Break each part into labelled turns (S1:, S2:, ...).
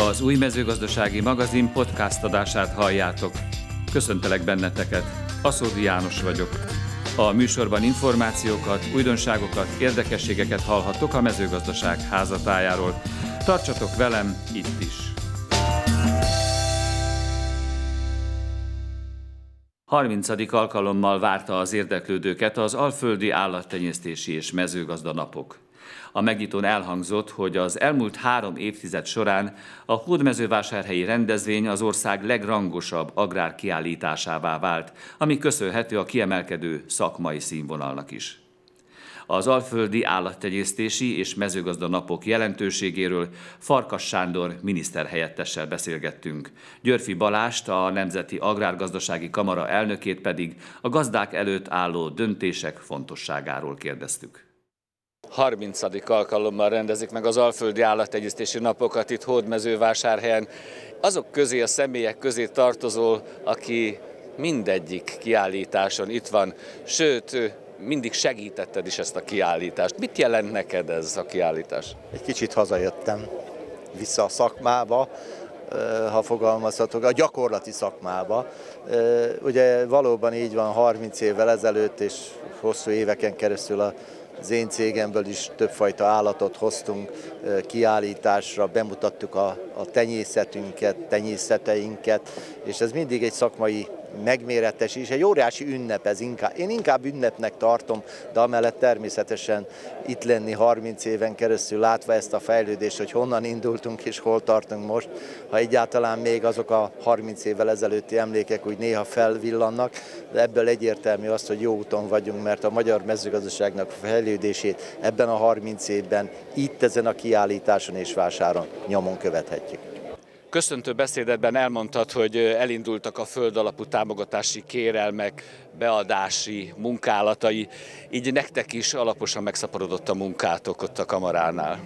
S1: Az Új Mezőgazdasági Magazin podcast adását halljátok. Köszöntelek benneteket, Aszódi János vagyok. A műsorban információkat, újdonságokat, érdekességeket hallhattok a mezőgazdaság házatájáról. Tartsatok velem itt is! 30. alkalommal várta az érdeklődőket az Alföldi Állattenyésztési és Mezőgazda Napok. A megnyitón elhangzott, hogy az elmúlt 3 évtized során a hódmezővásárhelyi rendezvény az ország legrangosabb agrárkiállításává vált, ami köszönhető a kiemelkedő szakmai színvonalnak is. Az Alföldi Állattenyésztési és Mezőgazda Napok jelentőségéről Farkas Sándor miniszterhelyettessel beszélgettünk. Györfi Balást, a Nemzeti Agrárgazdasági Kamara elnökét pedig a gazdák előtt álló döntések fontosságáról kérdeztük. 30. alkalommal rendezik meg az Alföldi Állattenyésztési Napokat itt Hódmezővásárhelyen. Azok közé, a személyek közé tartozol, aki mindegyik kiállításon itt van, sőt, mindig segítetted is ezt a kiállítást. Mit jelent neked ez a kiállítás?
S2: Egy kicsit hazajöttem vissza a szakmába, ha fogalmazhatok, a gyakorlati szakmába. Ugye valóban így van, 30 évvel ezelőtt és hosszú éveken keresztül az én cégemből is többfajta állatot hoztunk kiállításra, bemutattuk a tenyészetünket, tenyészeteinket, és ez mindig egy szakmai megméretes és egy óriási ünnep ez inkább. Én inkább ünnepnek tartom, de amellett természetesen itt lenni 30 éven keresztül látva ezt a fejlődést, hogy honnan indultunk és hol tartunk most, ha egyáltalán még azok a 30 évvel ezelőtti emlékek úgy néha felvillannak, de ebből egyértelmű az, hogy jó úton vagyunk, mert a magyar mezőgazdaságnak fejlődését ebben a 30 évben itt ezen a kiállításon és vásáron nyomon követhetjük.
S1: Köszöntő beszédedben elmondtad, hogy elindultak a földalapú támogatási kérelmek, beadási munkálatai, így nektek is alaposan megszaporodott a munkátok ott a kamaránál.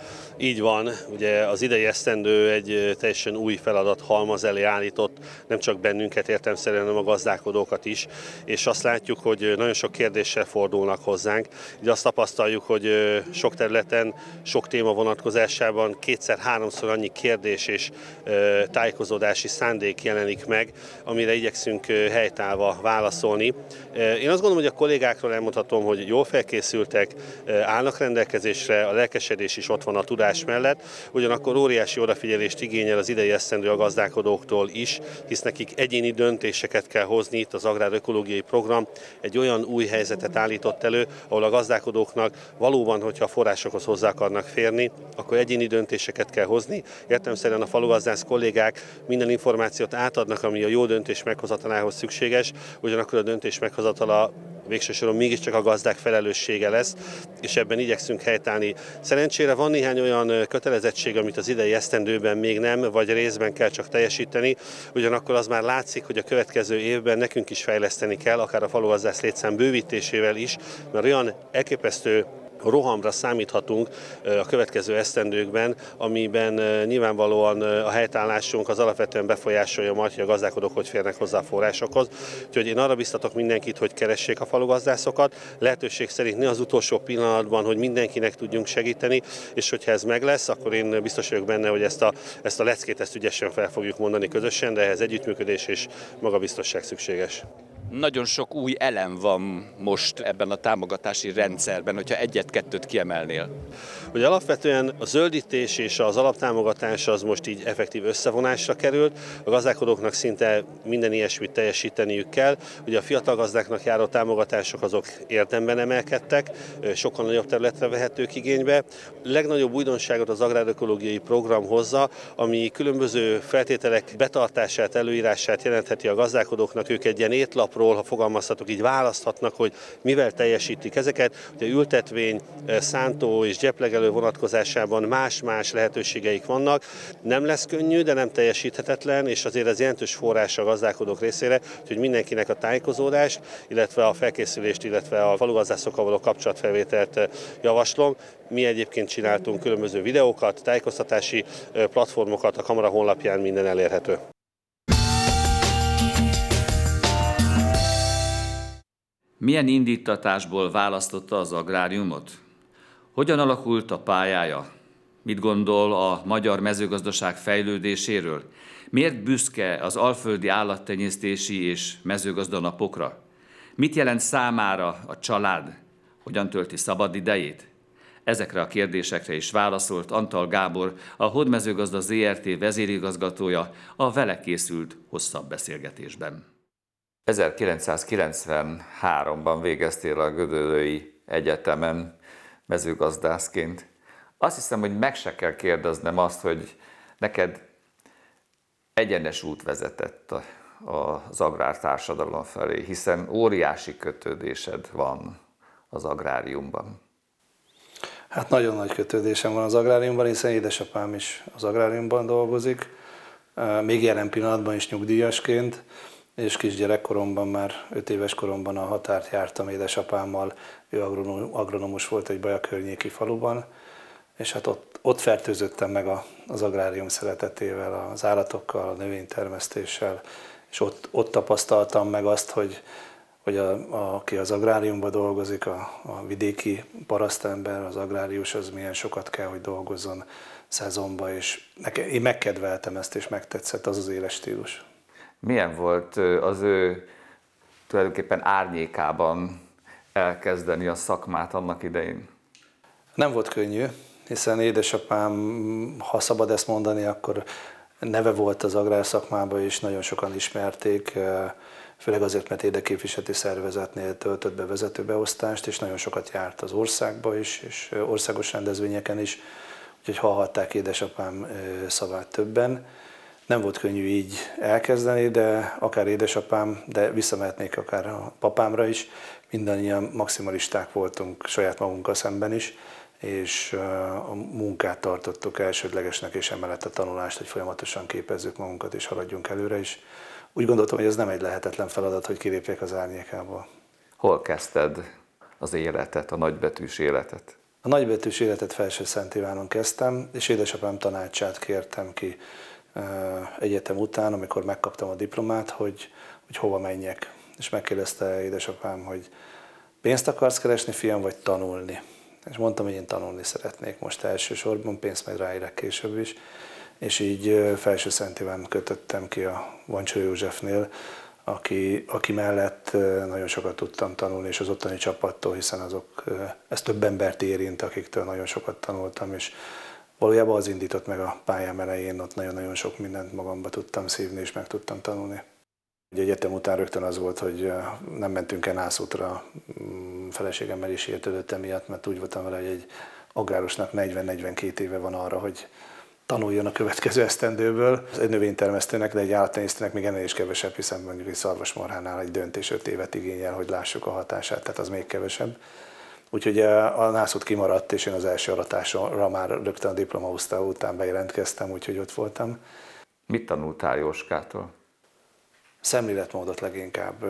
S3: Így van, ugye az idei esztendő egy teljesen új feladat halmaz elé állított, nem csak bennünket értelemszerűen, hanem a gazdálkodókat is, és azt látjuk, hogy nagyon sok kérdéssel fordulnak hozzánk. Így azt tapasztaljuk, hogy sok területen, sok téma vonatkozásában 2-3-szor annyi kérdés és tájékozódási szándék jelenik meg, amire igyekszünk helytállva válaszolni. Én azt gondolom, hogy a kollégákról elmondhatom, hogy jól felkészültek, állnak rendelkezésre, a lelkesedés is ott van a tudás mellett, ugyanakkor óriási odafigyelést igényel az idei esztendő a gazdálkodóktól is, hisz nekik egyéni döntéseket kell hozni. Itt az agrárökológiai program egy olyan új helyzetet állított elő, ahol a gazdálkodóknak valóban, hogyha a forrásokhoz hozzá akarnak férni, akkor egyéni döntéseket kell hozni. Értelemszerűen a falugazdász kollégák minden információt átadnak, ami a jó döntés meghozatalához szükséges, ugyanakkor a döntés meghozatala végső soron mégiscsak a gazdák felelőssége lesz, és ebben igyekszünk helytállni. Szerencsére van néhány olyan kötelezettség, amit az idei esztendőben még nem, vagy részben kell csak teljesíteni, ugyanakkor az már látszik, hogy a következő évben nekünk is fejleszteni kell, akár a falugazdász létszám bővítésével is, mert olyan elképesztő rohamra számíthatunk a következő esztendőkben, amiben nyilvánvalóan a helytállásunk az alapvetően befolyásolja majd, hogy a gazdálkodók hogy férnek hozzá a forrásokhoz. Úgyhogy én arra biztatok mindenkit, hogy keressék a falugazdászokat, lehetőség szerint ne az utolsó pillanatban, hogy mindenkinek tudjunk segíteni, és hogyha ez meg lesz, akkor én biztos vagyok benne, hogy ezt a leckét ügyesen fel fogjuk mondani közösen, de ehhez együttműködés és magabiztosság szükséges.
S1: Nagyon sok új elem van most ebben a támogatási rendszerben, hogyha egyet-kettőt kiemelnél.
S3: Ugye alapvetően a zöldítés és az alaptámogatás az most így effektív összevonásra került. A gazdálkodóknak szinte minden ilyesmit teljesíteniük kell. Ugye a fiatal gazdáknak járó támogatások azok érdemben emelkedtek, sokkal nagyobb területre vehetők igénybe. Legnagyobb újdonságot az agrárökológiai program hozza, ami különböző feltételek betartását, előírását jelentheti a gazdálkodóknak. Ők egy ilyen étlapról, ha fogalmazhatok, így választhatnak, hogy mivel teljesítik ezeket. Ugye ültetvény, szántó és gyeplegelő vonatkozásában más-más lehetőségeik vannak. Nem lesz könnyű, de nem teljesíthetetlen, és azért ez jelentős forrás a gazdálkodók részére, hogy mindenkinek a tájékozódást, illetve a felkészülést, illetve a falugazdászokkal való kapcsolatfelvételt javaslom. Mi egyébként csináltunk különböző videókat, tájékoztatási platformokat, a kamara honlapján minden elérhető.
S1: Milyen indítatásból választotta az agráriumot? Hogyan alakult a pályája? Mit gondol a magyar mezőgazdaság fejlődéséről? Miért büszke az alföldi állattenyésztési és mezőgazdanapokra? Mit jelent számára a család? Hogyan tölti szabad idejét? Ezekre a kérdésekre is válaszolt Antal Gábor, a Hódmezőgazda Zrt. Vezérigazgatója a vele készült hosszabb beszélgetésben. 1993-ban végeztél a Gödöllői Egyetemen mezőgazdászként. Azt hiszem, hogy meg se kell kérdeznem azt, hogy neked egyenes út vezetett az agrártársadalom felé, hiszen óriási kötődésed van az agráriumban.
S4: Hát nagyon nagy kötődésem van az agráriumban, hiszen édesapám is az agráriumban dolgozik, még jelen pillanatban is nyugdíjasként, és kisgyerekkoromban, már 5 éves koromban a határt jártam édesapámmal, ő agronomus volt egy Baja környéki faluban, és hát ott fertőzöttem meg az agrárium szeretetével, az állatokkal, a növénytermesztéssel, és ott tapasztaltam meg azt, hogy aki az agráriumban dolgozik, a vidéki parasztember, az agrárius, az milyen sokat kell, hogy dolgozzon szezonban, és én megkedveltem ezt, és megtetszett az éles stílus.
S1: Milyen volt az ő tulajdonképpen árnyékában elkezdeni a szakmát annak idején?
S4: Nem volt könnyű, hiszen édesapám, ha szabad ezt mondani, akkor neve volt az agrárszakmában, és nagyon sokan ismerték, főleg azért, mert érdekképviseleti szervezetnél töltött be vezetőbeosztást, és nagyon sokat járt az országba is, és országos rendezvényeken is, úgyhogy hallhatták édesapám szavát többen. Nem volt könnyű így elkezdeni, de akár édesapám, de visszamehetnék akár a papámra is, mindannyian maximalisták voltunk saját magunkkal szemben is, és a munkát tartottuk elsődlegesnek, és emellett a tanulást, hogy folyamatosan képezzük magunkat, és haladjunk előre is. Úgy gondoltam, hogy ez nem egy lehetetlen feladat, hogy kilépjek az árnyékából.
S1: Hol kezdted az életet, a nagybetűs életet?
S4: A nagybetűs életet Felsőszent Ivánon kezdtem, és édesapám tanácsát kértem ki egyetem után, amikor megkaptam a diplomát, hogy hova menjek. És megkérdezte édesapám, hogy pénzt akarsz keresni, fiam, vagy tanulni? És mondtam, hogy én tanulni szeretnék most elsősorban, pénzt meg ráérek később is. És így Felsőszent Iván kötöttem ki a Vancsó Józsefnél, aki mellett nagyon sokat tudtam tanulni, és az ottani csapattól, hiszen ez több embert érint, akiktől nagyon sokat tanultam, és valójában az indított meg a pályám elején, ott nagyon-nagyon sok mindent magamba tudtam szívni, és meg tudtam tanulni. Egy egyetem után rögtön az volt, hogy nem mentünk el nászútra, feleségemmel is értődött emiatt, mert úgy voltam vele, hogy egy agrárosnak 40-42 éve van arra, hogy tanuljon a következő esztendőből. Egy növénytermesztőnek, de egy állattenyésztőnek még ennél is kevesebb, hiszen mondjuk egy szarvasmarhánál egy döntés 5 évet igényel, hogy lássuk a hatását, tehát az még kevesebb. Úgyhogy a nászút kimaradt, és én az első aratásra már rögtön a diplomaosztály után bejelentkeztem, úgyhogy ott voltam.
S1: Mit tanultál Jóskától?
S4: Szemléletmódot leginkább.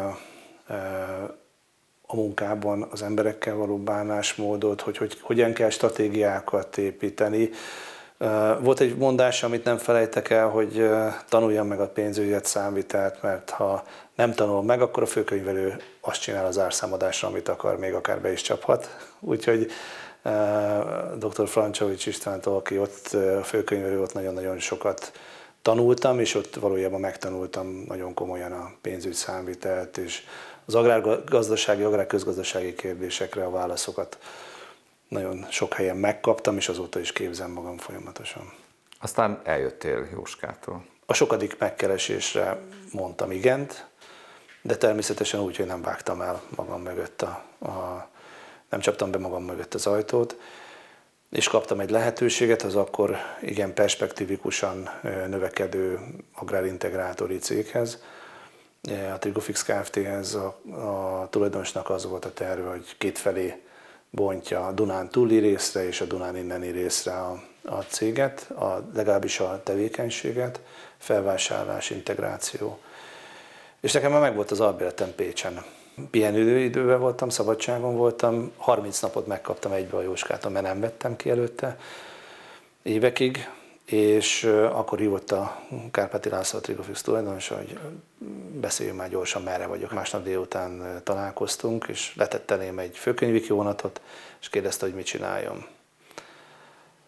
S4: A munkában az emberekkel való bánásmódot, hogy hogyan kell stratégiákat építeni. Volt egy mondás, amit nem felejtek el, hogy tanuljam meg a pénzügyet, számvitelt, mert ha nem tanul meg, akkor a főkönyvelő azt csinál az árszámadásra, amit akar, még akár be is csaphat. Úgyhogy dr. Francsovics Istvántól, aki ott a főkönyvelő, ott nagyon-nagyon sokat tanultam, és ott valójában megtanultam nagyon komolyan a pénzügy, számvitelt, és az agrárgazdasági, agrárközgazdasági kérdésekre a válaszokat nagyon sok helyen megkaptam, és azóta is képzem magam folyamatosan. Aztán
S1: eljöttél Jóskától.
S4: A sokadik megkeresésre mondtam igent, de természetesen úgy, hogy nem vágtam el magam mögött nem csaptam be magam mögött az ajtót, és kaptam egy lehetőséget az akkor igen perspektívikusan növekedő agrárintegrátori céghez, a Trigofix Kft-hez. A tulajdonosnak az volt a terve, hogy kétfelé bontja a Dunán túli részre és a Dunán inneni részre a céget, legalábbis a tevékenységet, felvásárlás, integráció. És nekem már megvolt az albérletem Pécsen. Pihenőidőben voltam, szabadságon voltam, 30 napot megkaptam egybe a Jóskától, mert nem vettem ki előtte évekig, és akkor hívott a Kárpáti László, a Trigofix tulajdonosa, hogy beszéljünk már gyorsan, merre vagyok. Másnap délután találkoztunk, és letett elém egy főkönyvi kivonatot, és kérdezte, hogy mit csináljon.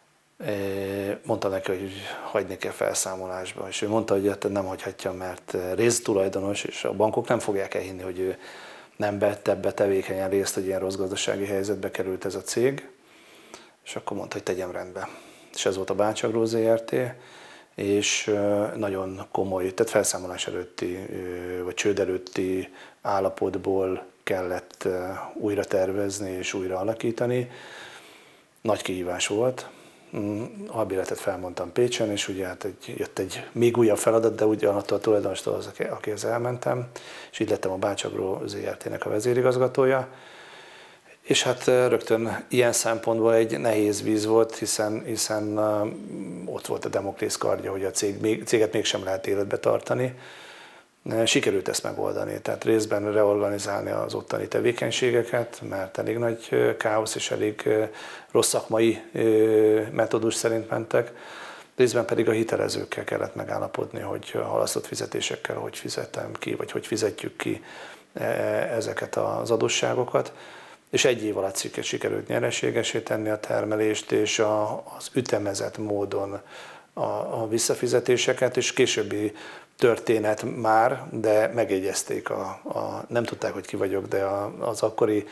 S4: Mondta neki, hogy hagyni kell felszámolásba, és ő mondta, hogy nem hagyhatja, mert résztulajdonos, és a bankok nem fogják elhinni, hogy ő nem vett ebbe tevékenyen részt, hogy ilyen rossz gazdasági helyzetbe került ez a cég, és akkor mondta, hogy tegyem rendbe. És ez volt a Bácsagró Zrt., és nagyon komoly, tehát felszámolás előtti, vagy csőd előtti állapotból kellett újra tervezni és újra alakítani. Nagy kihívás volt. Albérletet felmondtam Pécsen, és ugye hát jött egy még újabb feladat, de ugyanattól a tulajdonostól akihez elmentem, és így lettem a Bácsagró Zrt.-nek a vezérigazgatója. És hát rögtön ilyen szempontból egy nehéz víz volt, hiszen ott volt a Damoklész kardja, hogy a céget mégsem lehet életbe tartani. Sikerült ezt megoldani, tehát részben reorganizálni az ottani tevékenységeket, mert elég nagy káosz és elég rossz szakmai metódus szerint mentek. Részben pedig a hitelezőkkel kellett megállapodni, hogy halasztott fizetésekkel hogy fizetem ki, vagy hogy fizetjük ki ezeket az adósságokat. És egy év alatt sikerült nyereségesé tenni a termelést, és az ütemezett módon a visszafizetéseket, és későbbi történet már, de megjegyezték, nem tudták, hogy ki vagyok, de az akkori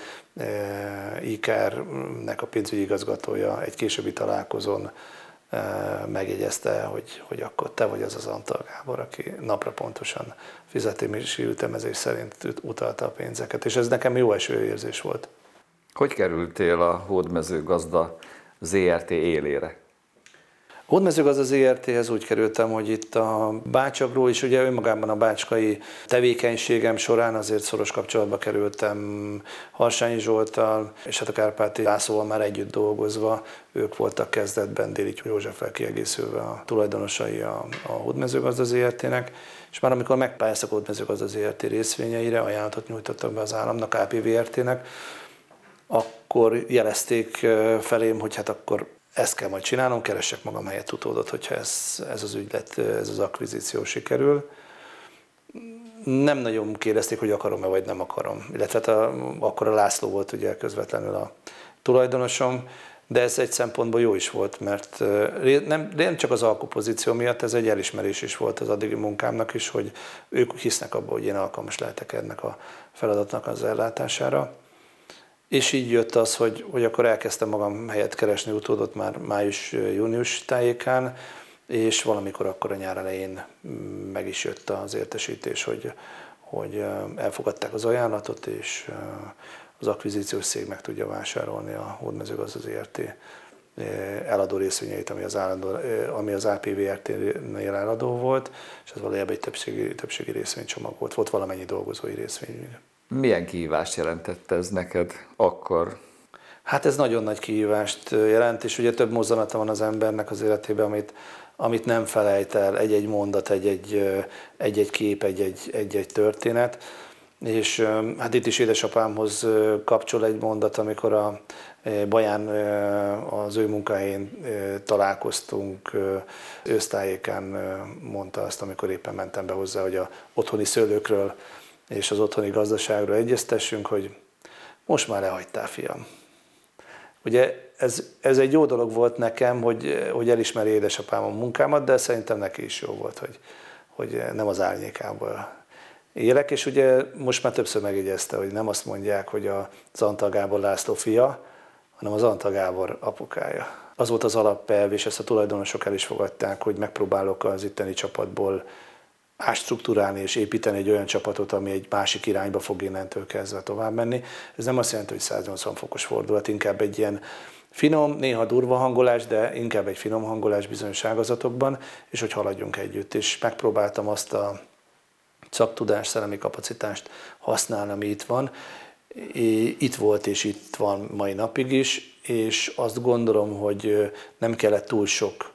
S4: IKR-nek a pénzügyi igazgatója egy későbbi találkozón megjegyezte, hogy akkor te vagy az Antal Gábor, aki napra pontosan fizetési ütemezés szerint utalta a pénzeket, és ez nekem jó esőérzés volt.
S1: Hogy kerültél a Hódmezőgazda Zrt. Élére?
S4: A Hódmezőgazda Zrt.-hez úgy kerültem, hogy itt a Bácsagró, és ugye önmagában a bácskai tevékenységem során azért szoros kapcsolatba kerültem Harsányi Zsolttal, és hát a Kárpáti Lászlóval már együtt dolgozva, ők voltak kezdetben Déri Józseffel kiegészülve a tulajdonosai a Hódmezőgazda Zrt.-nek, és már amikor megpályáztak a Hódmezőgazda Zrt. Részvényeire, ajánlatot nyújtottak be az államnak, APVRT-nek, akkor jelezték felém, hogy hát akkor ezt kell majd csinálnom, keressek magam helyett utódot, hogyha ez az ügylet, ez az akvizíció sikerül. Nem nagyon kérdezték, hogy akarom-e vagy nem akarom. Illetve hát akkor a László volt ugye közvetlenül a tulajdonosom, de ez egy szempontból jó is volt, mert nem csak az alkupozíció miatt, ez egy elismerés is volt az addigi munkámnak is, hogy ők hisznek abban, hogy én alkalmas lehetek ennek a feladatnak az ellátására. És így jött az, hogy akkor elkezdtem magam helyet keresni utódot már május-június tájékán, és valamikor akkor a nyár elején meg is jött az értesítés, hogy elfogadták az ajánlatot, és az akvizíciós cég meg tudja vásárolni a Hódmezőgazda Zrt. Eladó részvényeit, ami az APVRT-nél eladó volt, és ez valójában egy többségi részvénycsomag volt. Volt valamennyi dolgozói részvény.
S1: Milyen kihívást jelentett ez neked akkor?
S4: Hát ez nagyon nagy kihívást jelent, és ugye több mozzanata van az embernek az életében, amit nem felejt el, egy-egy mondat, egy-egy kép, egy-egy történet. És hát itt is édesapámhoz kapcsol egy mondat, amikor a Baján az ő munkahelyén találkoztunk, ősztájékán mondta azt, amikor éppen mentem be hozzá, hogy az otthoni szőlőkről és az otthoni gazdaságról egyeztessünk, hogy most már lehagytál, fiam. Ugye ez egy jó dolog volt nekem, hogy elismeri édesapám a munkámat, de szerintem neki is jó volt, hogy nem az árnyékából élek, és ugye most már többször megjegyezte, hogy nem azt mondják, hogy az Antal Gábor László fia, hanem az Antal Gábor apukája. Az volt az alapelv, és ezt a tulajdonosok el is fogadták, hogy megpróbálok az itteni csapatból átstruktúrálni és építeni egy olyan csapatot, ami egy másik irányba fog innentől kezdve tovább menni. Ez nem azt jelenti, hogy 180 fokos fordulat, inkább egy ilyen finom, néha durva hangolás, de inkább egy finom hangolás bizonyos ágazatokban, és hogy haladjunk együtt. És megpróbáltam azt a szaktudást, szellemi kapacitást használni, ami itt van. Itt volt és itt van mai napig is, és azt gondolom, hogy nem kellett túl sok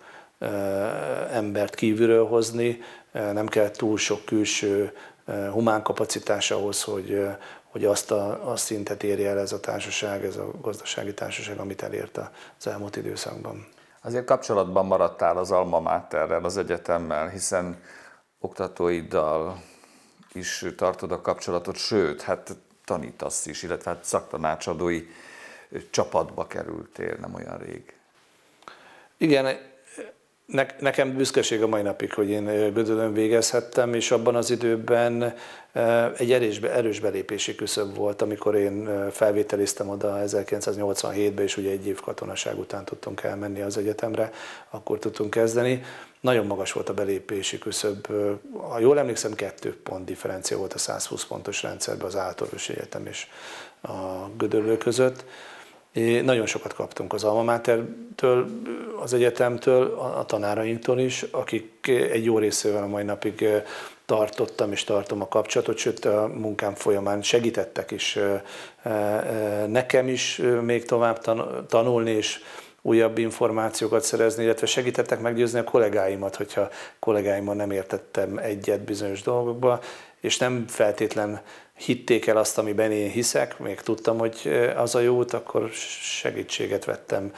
S4: embert kívülről hozni, nem kellett túl sok külső humán kapacitás ahhoz, hogy azt a szintet érje el ez a társaság, ez a gazdasági társaság, amit elért az elmúlt időszakban.
S1: Azért kapcsolatban maradtál az Alma Materrel, az egyetemmel, hiszen oktatóiddal is tartod a kapcsolatot, sőt, hát tanítasz is, illetve hát szaktanácsadói csapatba kerültél nem olyan rég.
S4: Igen, nekem büszkeség a mai napig, hogy én Gödöllőn végezhettem, és abban az időben egy erős belépési küszöb volt, amikor én felvételiztem oda 1987-ben, és ugye egy év katonaság után tudtunk elmenni az egyetemre, akkor tudtunk kezdeni. Nagyon magas volt a belépési küszöb, ha jól emlékszem, 2 pont differencia volt a 120 pontos rendszerben az Állatorvosi Egyetem és a Gödöllő között. Nagyon sokat kaptunk az Alma Matertől, az egyetemtől, a tanárainktól is, akik egy jó részével a mai napig tartottam és tartom a kapcsolatot, sőt a munkám folyamán segítettek is nekem is még tovább tanulni és újabb információkat szerezni, illetve segítettek meggyőzni a kollégáimat, hogyha kollégáimmal nem értettem egyet bizonyos dolgokba, és nem feltétlen hitték el azt, amiben én hiszek, még tudtam, hogy az a jó út, akkor segítséget vettem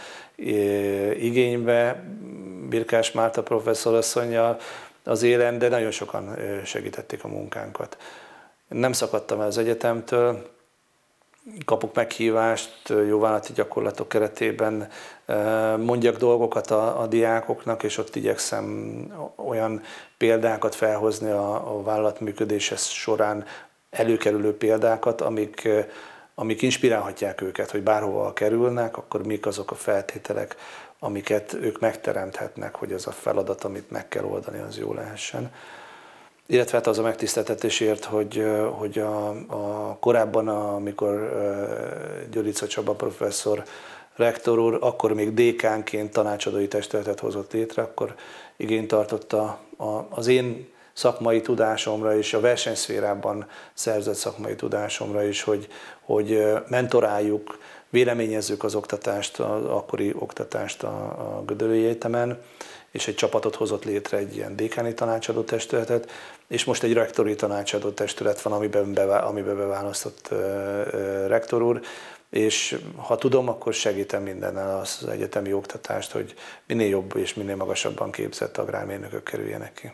S4: igénybe. Birkás Márta professzorasszonnyal az élen, de nagyon sokan segítették a munkánkat. Nem szakadtam el az egyetemtől, kapok meghívást jóvállalati gyakorlatok keretében, mondjak dolgokat a diákoknak, és ott igyekszem olyan példákat felhozni a vállalat működése során, előkerülő példákat, amik inspirálhatják őket, hogy bárhova kerülnek, akkor mik azok a feltételek, amiket ők megteremthetnek, hogy az a feladat, amit meg kell oldani, az jó lehessen. Illetve hát az a megtiszteltetésért, hogy a korábban, amikor Gyurica Csaba professzor, rektor úr, akkor még dékánként tanácsadói testületet hozott létre, akkor igényt tartotta az én szakmai tudásomra és a versenyszférában szerzett szakmai tudásomra is, hogy mentoráljuk, véleményezzük az oktatást, az akkori oktatást a Gödöllői Egyetemen, és egy csapatot hozott létre, egy ilyen dékáni tanácsadó testületet, és most egy rektori tanácsadó testület van, amiben beválasztott rektor úr, és ha tudom, akkor segítem mindennel az egyetemi oktatást, hogy minél jobb és minél magasabban képzett agrármérnökök kerüljenek ki.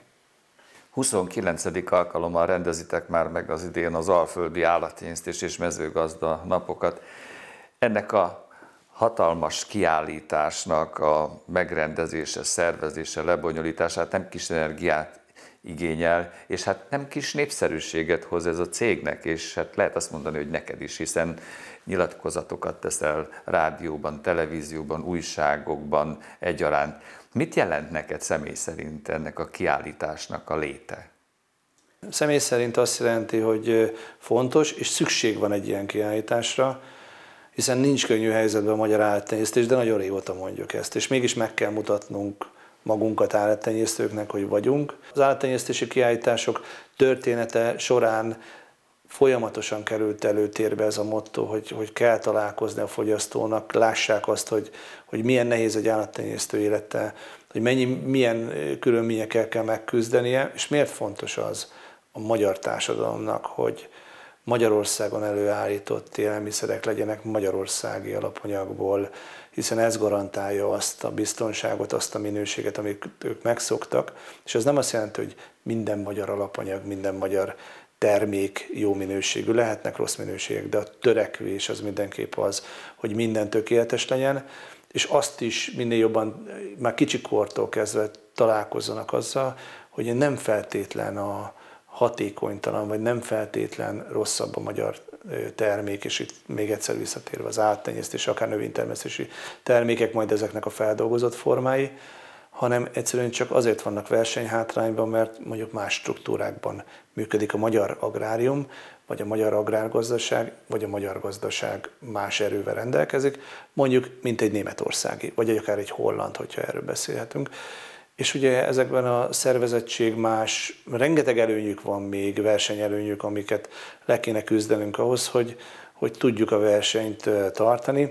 S1: 29. alkalommal rendezitek már meg az idén az Alföldi Állattenyésztés és Mezőgazda napokat. Ennek a hatalmas kiállításnak a megrendezése, szervezése, lebonyolítását nem kis energiát igényel, és hát nem kis népszerűséget hoz ez a cégnek, és hát lehet azt mondani, hogy neked is, hiszen nyilatkozatokat teszel rádióban, televízióban, újságokban egyaránt. Mit jelent neked személy szerint ennek a kiállításnak a léte?
S4: Személy szerint azt jelenti, hogy fontos és szükség van egy ilyen kiállításra, hiszen nincs könnyű helyzetben a magyar állattenyésztés, de nagyon régóta mondjuk ezt, és mégis meg kell mutatnunk magunkat állattenyésztőknek, hogy vagyunk. Az állattenyésztési kiállítások története során folyamatosan került előtérbe ez a motto, hogy kell találkozni a fogyasztónak, lássák azt, hogy milyen nehéz egy állattenyésztő élete, hogy milyen körülményekkel kell megküzdenie, és miért fontos az a magyar társadalomnak, hogy Magyarországon előállított élelmiszerek legyenek magyarországi alapanyagból, hiszen ez garantálja azt a biztonságot, azt a minőséget, amit ők megszoktak, és ez nem azt jelenti, hogy minden magyar alapanyag, minden magyar termék jó minőségű, lehetnek rossz minőségek, de a törekvés az mindenképp az, hogy minden tökéletes legyen, és azt is minél jobban, már kicsikortól kezdve találkozzanak azzal, hogy nem feltétlen a hatékonytalan, vagy nem feltétlen rosszabb a magyar termék, és itt még egyszer visszatérve az állattenyésztés, akár növénytermesztési termékek, majd ezeknek a feldolgozott formái, hanem egyszerűen csak azért vannak versenyhátrányban, mert mondjuk más struktúrákban működik a magyar agrárium, vagy a magyar agrárgazdaság, vagy a magyar gazdaság más erővel rendelkezik, mondjuk mint egy németországi, vagy akár egy holland, hogyha erről beszélhetünk. És ugye ezekben a szervezettség más, rengeteg előnyük van még, versenyelőnyük, amiket le kéne küzdenünk ahhoz, hogy tudjuk a versenyt tartani,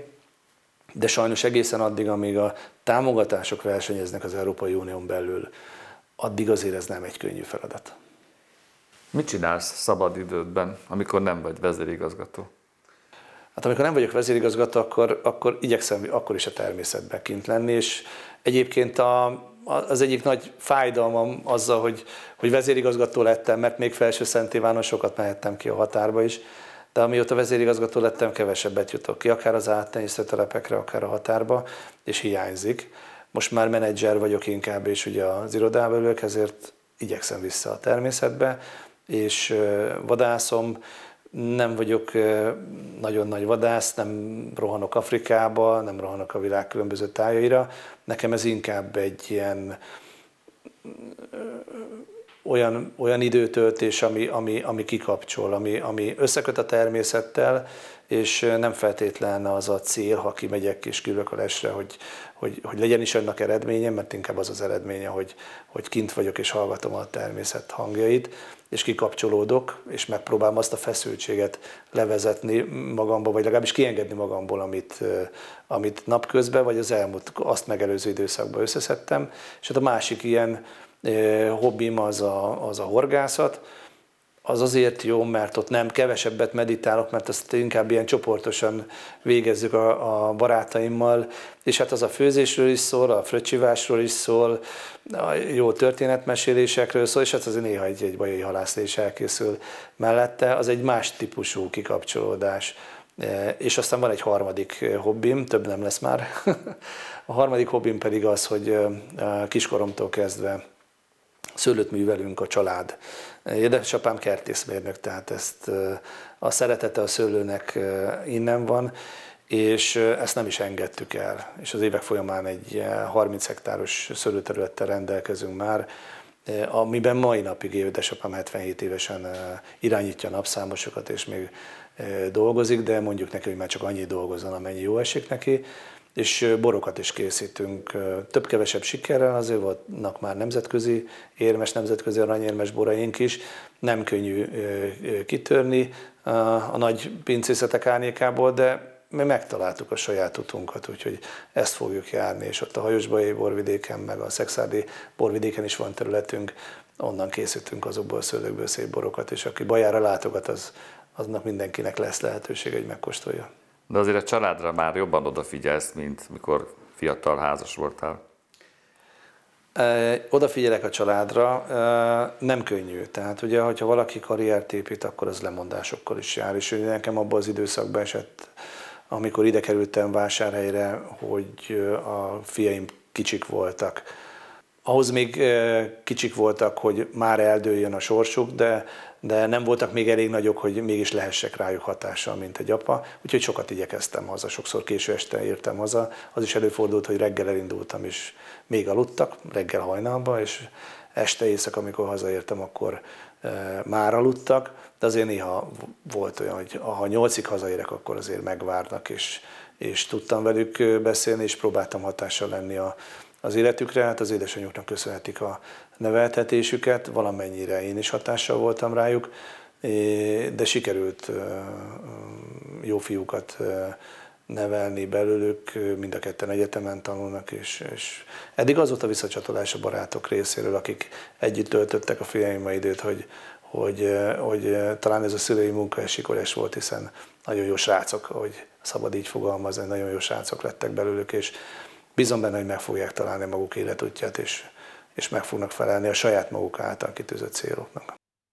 S4: de sajnos egészen addig, amíg a támogatások versenyeznek az Európai Unión belül, addig azért ez nem egy könnyű feladat.
S1: Mit csinálsz szabadidődben, amikor nem vagy vezérigazgató?
S4: Hát amikor nem vagyok vezérigazgató, akkor igyekszem akkor is a természetben kint lenni, és egyébként az egyik nagy fájdalmam azzal, hogy vezérigazgató lettem, mert még Felsőszentívánon sokat mehettem ki a határba is, de amióta vezérigazgató lettem, kevesebbet jutok ki, akár az állattenyésztő telepekre, akár a határba, és hiányzik. most már menedzser vagyok inkább, és ugye az irodában ülök, ezért igyekszem vissza a természetbe, és vadászom. Nem vagyok nagyon nagy vadász, nem rohanok Afrikába, nem rohanok a világ különböző tájaira. Nekem ez inkább egy ilyen olyan időtöltés, ami kikapcsol, ami összeköt a természettel, és nem feltétlen az a cél, ha kimegyek és kiülök a lesre, hogy legyen is annak eredménye, mert inkább az az eredménye, hogy kint vagyok és hallgatom a természet hangjait, és kikapcsolódok, és megpróbálom azt a feszültséget levezetni magamba, vagy legalábbis kiengedni magamból, amit napközben, vagy az elmúlt, azt megelőző időszakban összeszedtem. És hát a másik ilyen hobbim az a horgászat. Az azért jó, mert ott nem kevesebbet meditálok, mert azt inkább ilyen csoportosan végezzük a barátaimmal, és hát az a főzésről is szól, a fröccsivásról is szól, a jó történetmesélésekről szól, és hát azért néha egy bajai halászlé is elkészül mellette, az egy más típusú kikapcsolódás. És aztán van egy harmadik hobbim, több nem lesz már. A harmadik hobbim pedig az, hogy kiskoromtól kezdve szőlőt művelünk a család. Édesapám kertészmérnök, tehát a szeretete a szőlőnek innen van, és ezt nem is engedtük el. És az évek folyamán egy 30 hektáros szőlőterülettel rendelkezünk már, amiben mai napig édesapám 77 évesen irányítja a napszámosokat, és még dolgozik, de mondjuk neki, hogy már csak annyi dolgozzon, amennyi jó esik neki, és borokat is készítünk. Több-kevesebb sikerrel, azért vannak már nemzetközi érmes, nemzetközi aranyérmes boraink is. Nem könnyű kitörni a nagy pincészetek árnyékából, de mi megtaláltuk a saját utunkat, úgyhogy ezt fogjuk járni, és ott a Hajosbajai borvidéken, meg a Szekszárdi borvidéken is van területünk, onnan készítünk azokból a szőlőkből szép borokat, és aki Bajára látogat, aznak mindenkinek lesz lehetőség, hogy megkóstolja.
S1: De azért a családra már jobban odafigyelsz, mint mikor fiatal házas voltál.
S4: Odafigyelek a családra, nem könnyű. Tehát ugye, hogyha valaki karriert épít, akkor az lemondásokkal is jár. És nekem abban az időszakban esett, amikor ide kerültem Vásárhelyre, hogy a fiaim kicsik voltak. Ahhoz még kicsik voltak, hogy már eldőljön a sorsuk, de nem voltak még elég nagyok, hogy mégis lehessek rájuk hatással, mint egy apa. Úgyhogy sokat igyekeztem haza, sokszor késő este értem haza. Az is előfordult, hogy reggel elindultam, és még aludtak, reggel hajnalban, és este éjszaka, amikor hazaértem, akkor már aludtak. De azért néha volt olyan, hogy ha 8-ig hazaérek, akkor azért megvárnak, és tudtam velük beszélni, és próbáltam hatással lenni az életükre. Hát az édesanyjuknak köszönhetik a neveltetésüket, valamennyire én is hatással voltam rájuk, de sikerült jó fiúkat nevelni belőlük, mind a ketten egyetemen tanulnak, és eddig az volt a visszacsatolás a barátok részéről, akik együtt töltöttek a fiaimmal időt, hogy talán ez a szülői munka sikeres volt, hiszen nagyon jó srácok, ahogy szabad így fogalmazni, nagyon jó srácok lettek belőlük, és bízom benne, hogy meg fogják találni maguk életútját, és meg fognak felelni a saját maguk által kitűzött céloknak.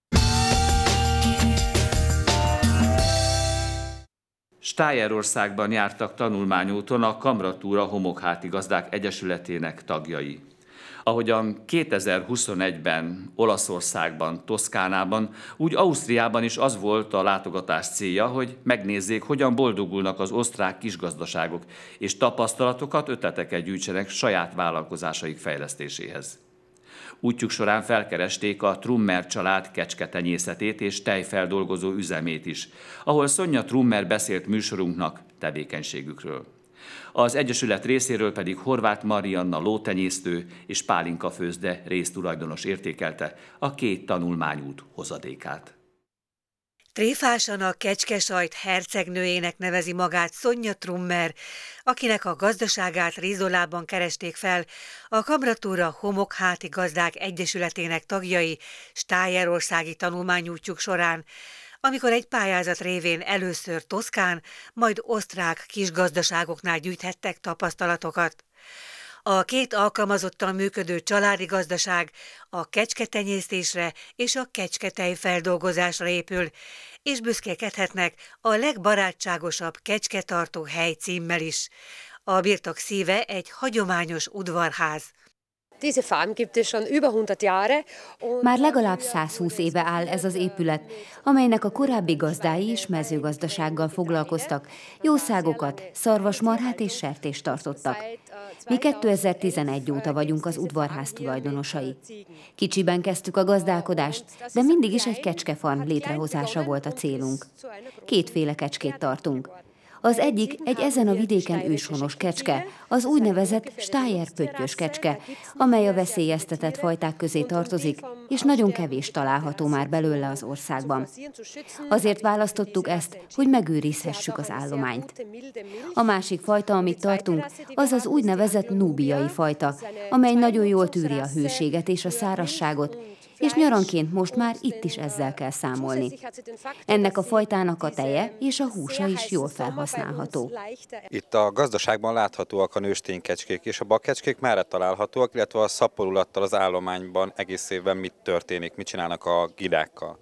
S1: Stájerországban jártak tanulmányúton a Kamratúra Homokháti Gazdák Egyesületének tagjai. Ahogyan 2021-ben Olaszországban, Toszkánában, úgy Ausztriában is az volt a látogatás célja, hogy megnézzék, hogyan boldogulnak az osztrák kisgazdaságok, és tapasztalatokat, ötleteket gyűjtsenek saját vállalkozásaik fejlesztéséhez. Útjuk során felkeresték a Trummer család kecsketenyészetét és tejfeldolgozó üzemét is, ahol Sonja Trummer beszélt műsorunknak tevékenységükről. Az Egyesület részéről pedig Horváth Marianna lótenyésztő és Pálinka főzde résztulajdonos értékelte a két tanulmányút hozadékát.
S5: Tréfásan a kecskesajt hercegnőjének nevezi magát Sonja Trummer, akinek a gazdaságát Rizolában keresték fel a Kamratúra Homokháti Gazdák Egyesületének tagjai stájerországi tanulmányútjuk során, amikor egy pályázat révén először toszkán, majd osztrák kisgazdaságoknál gyűjthettek tapasztalatokat. A két alkalmazottan működő családi gazdaság a kecsketenyésztésre és a kecsketej feldolgozásra épül, és büszkélkedhetnek a legbarátságosabb kecsketartó hely címmel is. A birtok szíve egy hagyományos udvarház.
S6: Diese Farm gibt es schon über 100 Jahre.
S7: Már legalább 120 éve áll ez az épület, amelynek a korábbi gazdái is mezőgazdasággal foglalkoztak, jószágokat, szarvasmarhát és sertést tartottak. Mi 2011 óta vagyunk az udvarház tulajdonosai. Kicsiben kezdtük a gazdálkodást, de mindig is egy kecskefarm létrehozása volt a célunk. Kétféle kecskét tartunk. Az egyik egy ezen a vidéken őshonos kecske, az úgynevezett Steyr-pöttyös kecske, amely a veszélyeztetett fajták közé tartozik, és nagyon kevés található már belőle az országban. Azért választottuk ezt, hogy megőrizhessük az állományt. A másik fajta, amit tartunk, az az úgynevezett núbiai fajta, amely nagyon jól tűri a hőséget és a szárazságot, és nyaranként most már itt is ezzel kell számolni. Ennek a fajtának a teje és a húsa is jól felhasználható.
S8: Itt a gazdaságban láthatóak a nőstény kecskék, és a bakkecskék merre találhatóak, illetve a szaporulattal az állományban egész évben mit történik, mit csinálnak a gidákkal.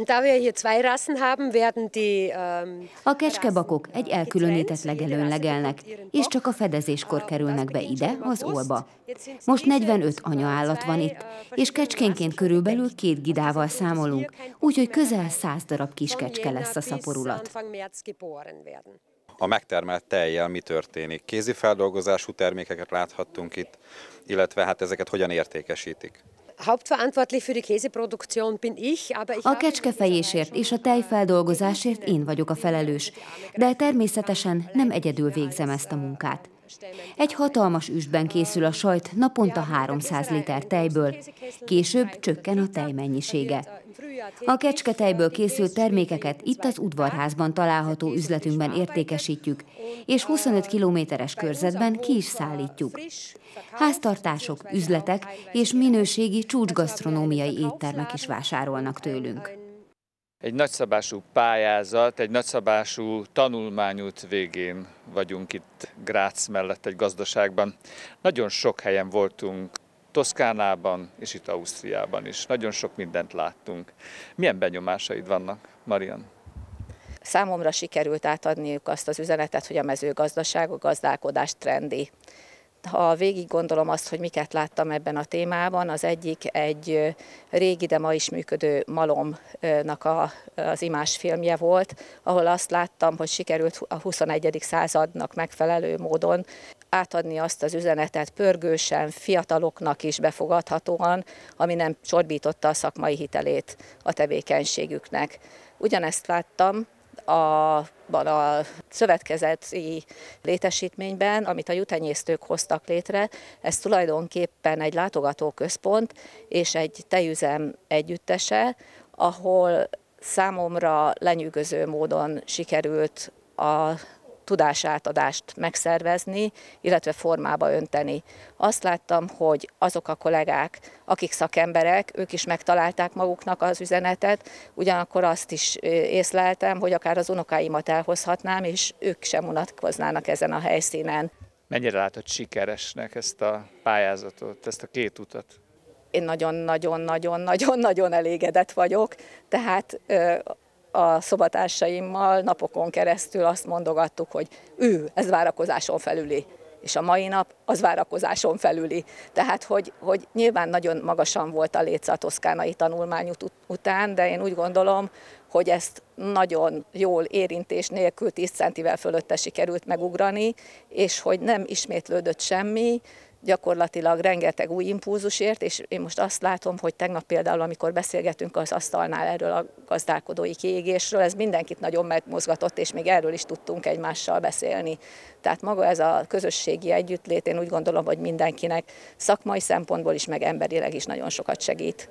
S7: A kecskebakok egy elkülönített legelőn legelnek, és csak a fedezéskor kerülnek be ide, az olba. Most 45 anyaállat van itt, és kecskénként körülbelül 2 gidával számolunk, úgyhogy közel 100 darab kis kecske lesz a szaporulat.
S8: A megtermelt tejjel mi történik? Kézi feldolgozású termékeket láthattunk itt, illetve hát ezeket hogyan értékesítik?
S7: A kecskefejésért és a tejfeldolgozásért én vagyok a felelős, de természetesen nem egyedül végzem ezt a munkát. Egy hatalmas üstben készül a sajt naponta 300 liter tejből, később csökken a tej mennyisége. A kecsketejből készült termékeket itt az udvarházban található üzletünkben értékesítjük, és 25 kilométeres körzetben ki is szállítjuk. Háztartások, üzletek és minőségi csúcsgasztronómiai éttermek is vásárolnak tőlünk.
S1: Egy nagyszabású pályázat, egy nagyszabású tanulmányút végén vagyunk itt Grác mellett egy gazdaságban. Nagyon sok helyen voltunk, Toszkánában és itt Ausztriában is. Nagyon sok mindent láttunk. Milyen benyomásaid vannak, Marian?
S9: Számomra sikerült átadniuk azt az üzenetet, hogy a mezőgazdaság, a gazdálkodás trendi. Ha végig gondolom azt, hogy miket láttam ebben a témában, az egyik egy régi, de ma is működő malomnak az imázsfilmje volt, ahol azt láttam, hogy sikerült a 21. századnak megfelelő módon átadni azt az üzenetet pörgősen, fiataloknak is befogadhatóan, ami nem csorbította a szakmai hitelét a tevékenységüknek. Ugyanezt láttam a szövetkezeti létesítményben, amit a juhtenyésztők hoztak létre. Ez tulajdonképpen egy látogatóközpont és egy tejüzem együttese, ahol számomra lenyűgöző módon sikerült a tudásátadást megszervezni, illetve formába önteni. Azt láttam, hogy azok a kollégák, akik szakemberek, ők is megtalálták maguknak az üzenetet, ugyanakkor azt is észleltem, hogy akár az unokáimat elhozhatnám, és ők sem unatkoznának ezen a helyszínen.
S1: Mennyire látod sikeresnek ezt a pályázatot, ezt a 2 utat?
S9: Én nagyon-nagyon elégedett vagyok, tehát a szobatársaimmal napokon keresztül azt mondogattuk, hogy ez várakozáson felüli, és a mai nap az várakozáson felüli. Tehát, hogy nyilván nagyon magasan volt a léc a toszkánai tanulmány után, de én úgy gondolom, hogy ezt nagyon jól érintés nélkül 10 centivel fölötte sikerült megugrani, és hogy nem ismétlődött semmi, gyakorlatilag rengeteg új impulzusért, és én most azt látom, hogy tegnap például, amikor beszélgetünk az asztalnál erről a gazdálkodói kiégésről, ez mindenkit nagyon megmozgatott, és még erről is tudtunk egymással beszélni. Tehát maga ez a közösségi együttlét, én úgy gondolom, hogy mindenkinek szakmai szempontból is, meg emberileg is nagyon sokat segít.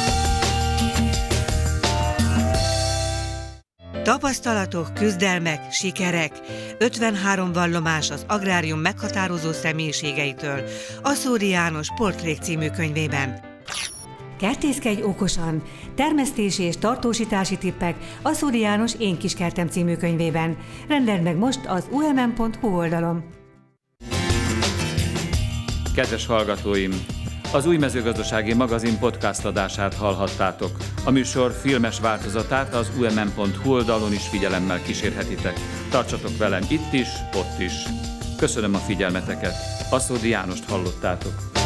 S5: Tapasztalatok, küzdelmek, sikerek. 53 vallomás az agrárium meghatározó személyiségeitől Aszóri János Portrék című könyvében. Kertészkedj okosan! Termesztési és tartósítási tippek Aszóri János Én kis kertem című könyvében. Rendeld meg most az umm.hu oldalon.
S1: Kedves hallgatóim! Az Új Mezőgazdasági Magazin podcast adását hallhattátok. A műsor filmes változatát az umm.hu oldalon is figyelemmel kísérhetitek. Tartsatok velem itt is, ott is! Köszönöm a figyelmeteket. Aszódi Jánost hallottátok.